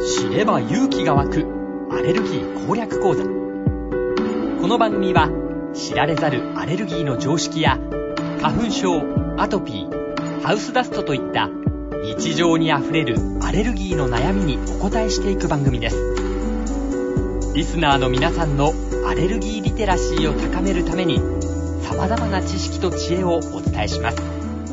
知れば勇気が湧くアレルギー攻略講座。この番組は知られざるアレルギーの常識や花粉症、アトピー、ハウスダストといった日常にあふれるアレルギーの悩みにお答えしていく番組です。リスナーの皆さんのアレルギーリテラシーを高めるために様々な知識と知恵をお伝えします。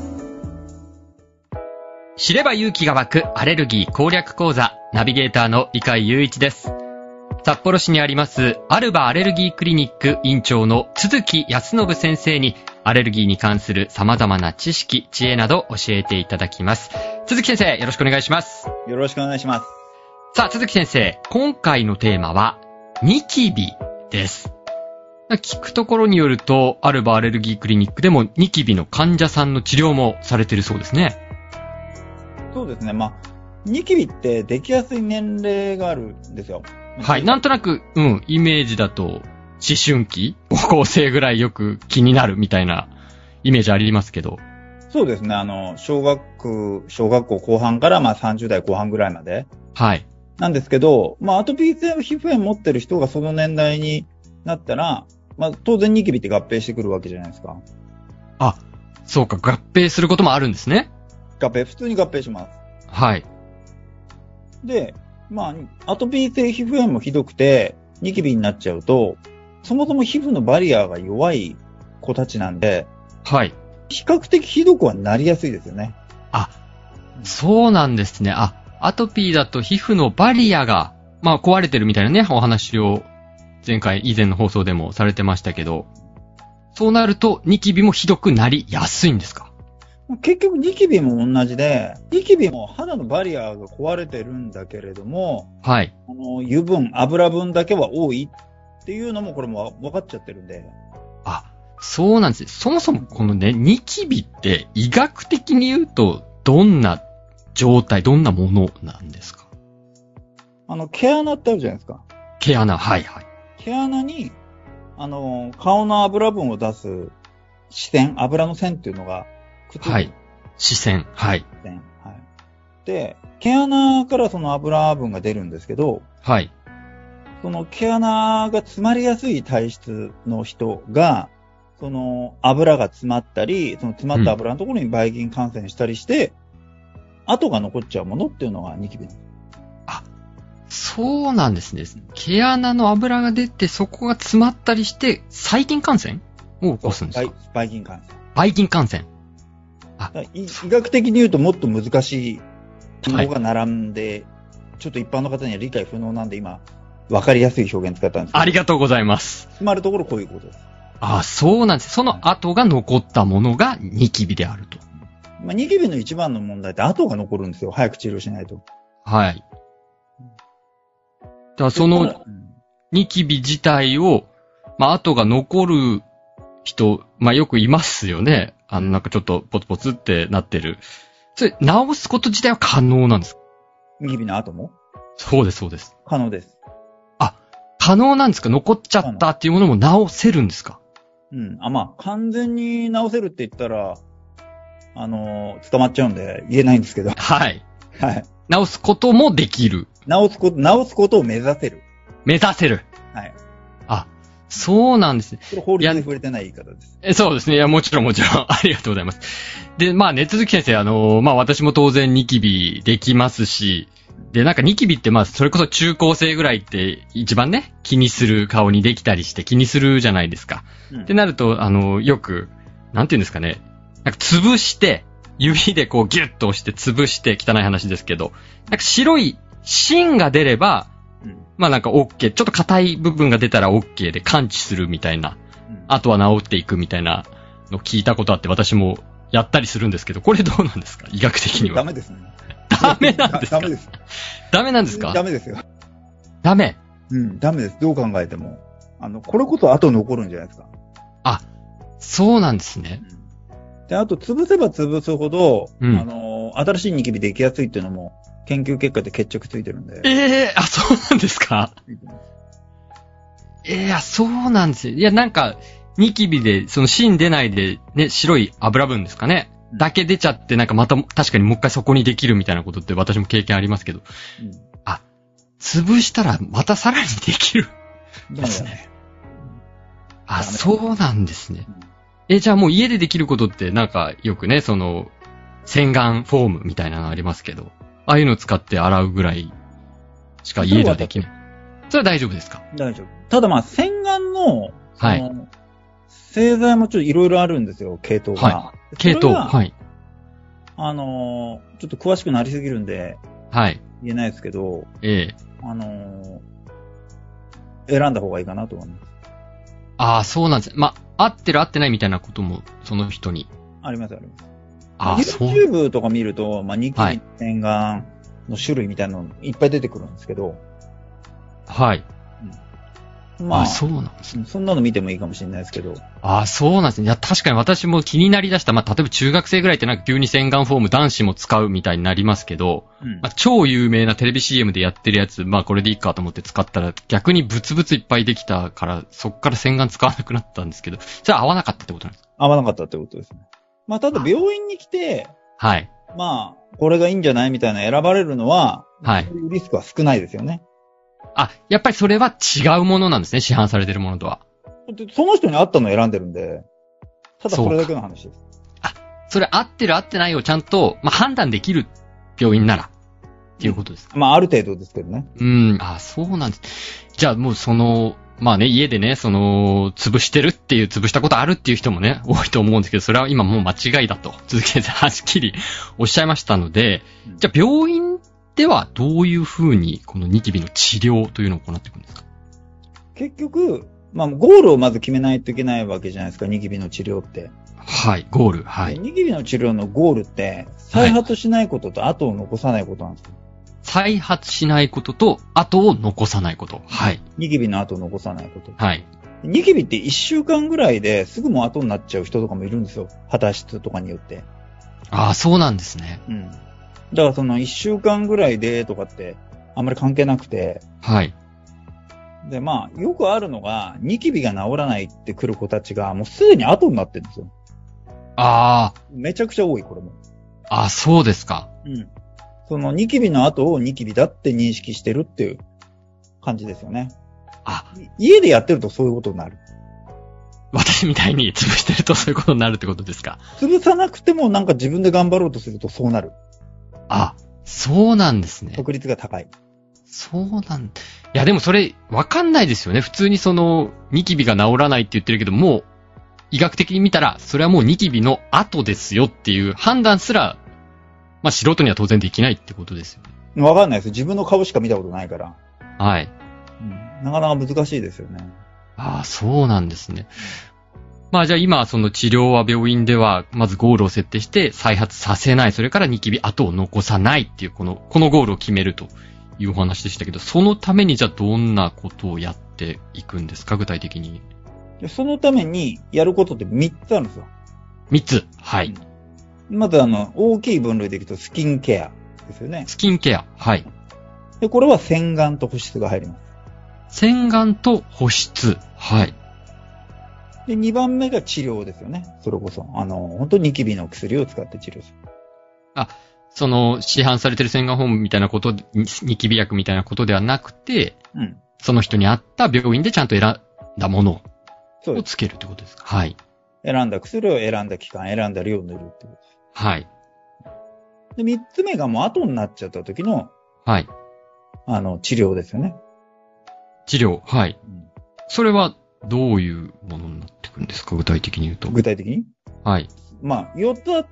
知れば勇気が湧くアレルギー攻略講座、ナビゲーターの伊海雄一です。札幌市にありますアルバアレルギークリニック院長の都築康信先生にアレルギーに関する様々な知識、知恵など教えていただきます。都築先生、よろしくお願いします。 よろしくお願いします。 さあ、都築先生、今回のテーマはニキビです。聞くところによると、アルバアレルギークリニックでもニキビの患者さんの治療もされているそうですね。 そうですね。ニキビってできやすい年齢があるんですよ。 はい。なんとなく、イメージだと、思春期高校生ぐらいよく気になるみたいなイメージありますけど。 そうですね。小学校後半から30代後半ぐらいまで。 はい。 なんですけど、アトピー性皮膚炎持ってる人がその年代になったら、当然ニキビって合併してくるわけじゃないですか。 あ、そうか、合併することもあるんですね。 普通に合併します。 はい。 で、アトピー性皮膚炎もひどくて、ニキビになっちゃうと、そもそも皮膚のバリアが弱い子たちなんで、 はい。 比較的ひどくはなりやすいですよね。 あ、そうなんですね。アトピーだと皮膚のバリアが、壊れてるみたいなね、お話を以前の放送でもされてましたけど、そうなるとニキビもひどくなりやすいんですか？ 結局ニキビも同じで、ニキビも肌のバリアが壊れてるんだけれども、 はい。 油分、油分だけは多いっていうのもこれも分かっちゃってるんで。 そうなんです。そもそもこのね、ニキビって医学的に言うとどんな状態、どんなものなんですか？ 毛穴ってあるじゃないですか。 毛穴、はいはい。 毛穴に、顔の油分を出す視線、油の線っていうのがくっついてる。 はい。視線、はい。 はい。で、毛穴からその油分が出るんですけど、 はい。 その毛穴が詰まりやすい体質の人が、その油が詰まったり、その詰まった油のところにばい菌感染したりして、跡が残っちゃうものっていうのがニキビなんです。 そうなんですね。毛穴の油が出て、そこが詰まったりして、細菌感染を起こすんですか？ ばい菌感染。 ばい菌感染。 医学的に言うともっと難しい単語が並んで、ちょっと一般の方には理解不能なんで今、わかりやすい表現使ったんですけど。 ありがとうございます。 つまるところこういうことです。 そうなんです。その跡が残ったものがニキビであると。 ニキビの一番の問題って跡が残るんですよ。早く治療しないと。 はい。だからそのニキビ自体を、跡が残る人、よくいますよね。なんかちょっとポツポツってなってる。それ、治すこと自体は可能なんですか？ ニキビの跡も？ そうです、そうです。 可能です。 可能なんですか？残っちゃったっていうものも治せるんですか？ 完全に治せるって言ったら、捕まっちゃうんで言えないんですけど。 はい。 はい。 治すこともできる。 治すことを目指せる。 目指せる。 はい。 そうなんですね。 これ法律に触れてない言い方です。 そうですね。いや、もちろん。ありがとうございます。で、都築先生、私も当然ニキビできますし、で、なんかニキビってそれこそ中高生ぐらいって一番ね、気にする顔にできたりして気にするじゃないですか。ってなると、よく、なんていうんですかね。なんか潰して、指でこうギュッと押して潰して汚い話ですけど、なんか白い芯が出れば、なんか OK。ちょっと硬い部分が出たら OK で完治するみたいな。あとは治っていくみたいなの聞いたことあって私もやったりするんですけど、これどうなんですか？医学的には。 ダメですね。 ダメなんですか？ ダメです。 ダメなんですか？ ダメですよ。 ダメ？ ダメです。どう考えても。これこそ後残るんじゃないですか。 そうなんですね。 で、あと、潰せば潰すほど、新しいニキビできやすいっていうのも、研究結果で決着ついてるんで。 そうなんですか？そうなんですよ。いや、なんか、ニキビで、その芯出ないで、ね、白い油分ですかね。だけ出ちゃって、なんかまた、確かにもう一回そこにできるみたいなことって私も経験ありますけど。 潰したらまたさらにできる。 ダメだね。 あ、そうなんですね。じゃあもう家でできることってなんかよくね、洗顔フォームみたいなのありますけど、ああいうのを使って洗うぐらいしか家ではできない。それは大丈夫ですか？ 大丈夫。ただまあ、洗顔の、 はい。 製剤もちょっといろいろあるんですよ、系統が。 はい。系統、はい。 ちょっと詳しくなりすぎるんで、 はい。 言えないですけど、 ええ。 選んだ方がいいかなと思います。 ああ、そうなんです。まあ、合ってる合ってないみたいなことも、その人に。 あります、あります。 ああ、そう。 YouTube とか見ると、まあ、ニキビ洗顔の種類みたいなのいっぱい出てくるんですけど、 はい。 まあ、 そうなんですね。 そんなの見てもいいかもしれないですけど。 ああ、そうなんですね。いや、確かに私も気になりだした。まあ、例えば中学生ぐらいってなんか急に洗顔フォーム男子も使うみたいになりますけど、まあ、超有名なテレビ CM でやってるやつ、まあこれでいいかと思って使ったら逆にブツブツいっぱいできたから、そっから洗顔使わなくなったんですけど、それは合わなかったってことなんですか？ 合わなかったってことですね。まあ、ただ病院に来て、 はい。 まあ、これがいいんじゃないみたいな選ばれるのは、 はい。 そういうリスクは少ないですよね。 あ、やっぱりそれは違うものなんですね、市販されてるものとは。 その人に合ったのを選んでるんで、ただそれだけの話です。 あ、それ合ってる合ってないをちゃんと、まあ、判断できる病院なら、っていうことですか？ まあ、ある程度ですけどね。 あ、そうなんです。じゃあもうまあね、家でね、潰してるっていう、潰したことあるっていう人もね、多いと思うんですけど、それは今もう間違いだと、続けてはっきりおっしゃいましたので、じゃあ病院ではどういうふうに、このニキビの治療というのを行っていくんですか？ 結局、まあ、ゴールをまず決めないといけないわけじゃないですか、ニキビの治療って。 はい、ゴール、はい。 ニキビの治療のゴールって、再発しないことと後を残さないことなんですよ。 再発しないことと後を残さないこと。はい。 ニキビの後を残さないこと。 はい。 ニキビって1週間ぐらいですぐもう後になっちゃう人とかもいるんですよ。肌質とかによって。 ああ、そうなんですね。 うん。だからその1週間ぐらいでとかってあんまり関係なくて。 はい。 で、まあ、よくあるのが、ニキビが治らないって来る子たちがもうすでに後になってるんですよ。 ああ。 めちゃくちゃ多い、これも。 ああ、そうですか。 うん。そのニキビの後をニキビだって認識してるっていう感じですよね。 あ、 家でやってるとそういうことになる。 私みたいに潰してるとそういうことになるってことですか？ 潰さなくてもなんか自分で頑張ろうとするとそうなる。 あ、そうなんですね。 確率が高い。 そうなんだ。いやでもそれわかんないですよね。普通にニキビが治らないって言ってるけども、医学的に見たらそれはもうニキビの後ですよっていう判断すら、まあ素人には当然できないってことですよね。 わかんないです。自分の顔しか見たことないから。 はい。 うん、なかなか難しいですよね。 ああ、そうなんですね。まあじゃあ今治療は病院ではまずゴールを設定して再発させない。それからニキビ後を残さないっていうこのゴールを決めるというお話でしたけど、そのためにじゃあどんなことをやっていくんですか、具体的に。 でそのためにやることって3つあるんですよ。 3つ。はい。 まず大きい分類でいくとスキンケアですよね。 スキンケア。はい。 で、これは洗顔と保湿が入ります。 洗顔と保湿。はい。 で、2番目が治療ですよね。それこそ。本当にニキビの薬を使って治療する。 あ、市販されてる洗顔フォームみたいなこと、ニキビ薬みたいなことではなくて、 うん。 その人に合った病院でちゃんと選んだものをつけるってことですか？はい。 選んだ薬を選んだ期間、選んだ量を塗るってことです。 はい。 で、3つ目がもう後になっちゃった時の、 はい。 治療ですよね。 治療。はい。 うん、 それはどういうものになってくるんですか？具体的に言うと。 具体的に？ はい。 まあ、4つあって、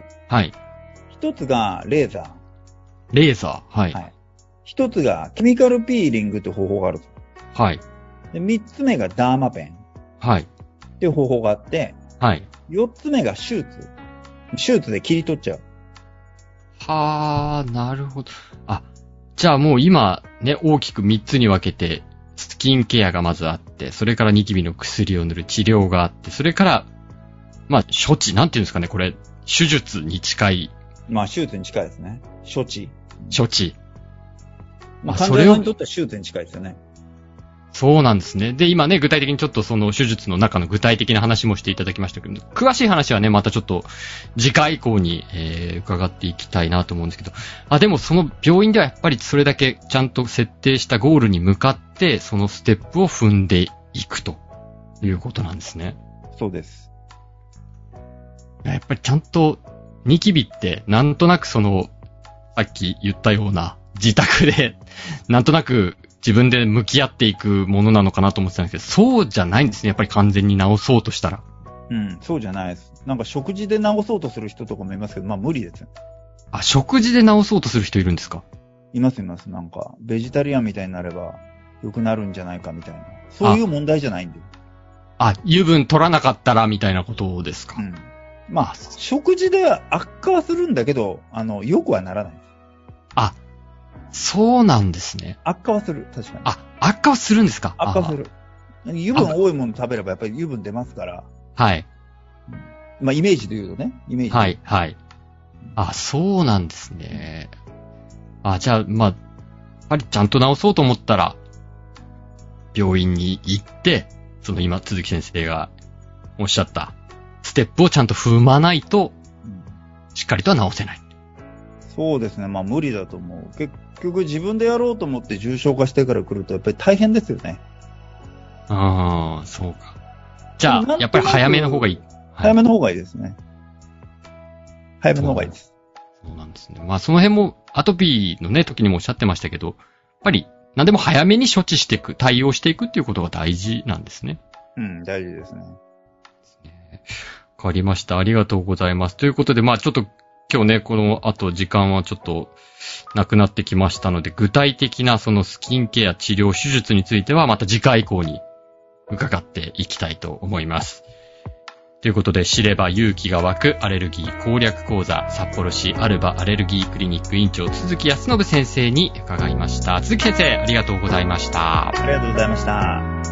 はい。 1つがレーザー。 レーザー。はい。はい、 1つがケミカルピーリングという方法がある。 はい。 で、3つ目がダーマペン。 はい。 っていう方法があって、 はい。 4つ目が手術。手術で切り取っちゃう。 はー、なるほど。あ、じゃあもう今ね、大きく3つに分けて、スキンケアがまずあって、それからニキビの薬を塗る治療があって、それから、まあ、処置、なんていうんですかね、これ、手術に近い。 まあ、手術に近いですね。処置。 処置。 まあ、患者さんにとっては手術に近いですよね。 そうなんですね。で、今ね、具体的にちょっとその手術の中の具体的な話もしていただきましたけど、詳しい話はね、またちょっと次回以降に、伺っていきたいなと思うんですけど、でもその病院ではやっぱりそれだけちゃんと設定したゴールに向かって、そのステップを踏んでいくということなんですね。 そうです。 やっぱりちゃんとニキビってなんとなくその、さっき言ったような自宅で、なんとなく自分で向き合っていくものなのかなと思ってたんですけど、そうじゃないんですね。やっぱり完全に治そうとしたら。 うん、そうじゃないです。なんか食事で治そうとする人とかもいますけど、まあ無理ですよ。 食事で治そうとする人いるんですか？ います。なんか、ベジタリアンみたいになれば良くなるんじゃないかみたいな。そういう問題じゃないんで。 油分取らなかったらみたいなことですか？ うん。まあ、食事で悪化はするんだけど、良くはならない。 そうなんですね。 悪化はする、確かに。 悪化はするんですか？ 悪化する。油分多いもの食べればやっぱり油分出ますから。 はい。 まあ、イメージで言うとね。イメージ。 はい、はい。そうなんですね。じゃあ、まあ、やっぱりちゃんと治そうと思ったら、病院に行って、その今、鈴木先生がおっしゃった、ステップをちゃんと踏まないと、しっかりとは治せない。 そうですね。まあ無理だと思う。結局自分でやろうと思って重症化してから来るとやっぱり大変ですよね。 そうか。じゃあ、やっぱり早めの方がいい。 早めの方がいいですね。早めの方がいいです。 そうなんですね。まあその辺もアトピーのね、時にもおっしゃってましたけど、やっぱり何でも早めに処置していく、対応していくっていうことが大事なんですね。 うん、大事ですね。 わかりました。ありがとうございます。ということで、まあちょっと今日ね、この後時間はちょっとなくなってきましたので、具体的なそのスキンケア、治療、手術についてはまた次回以降に伺っていきたいと思います。ということで、知れば勇気が湧くアレルギー攻略講座、札幌市アルバアレルギークリニック院長、鈴木康信先生に伺いました。鈴木先生、ありがとうございました。 ありがとうございました。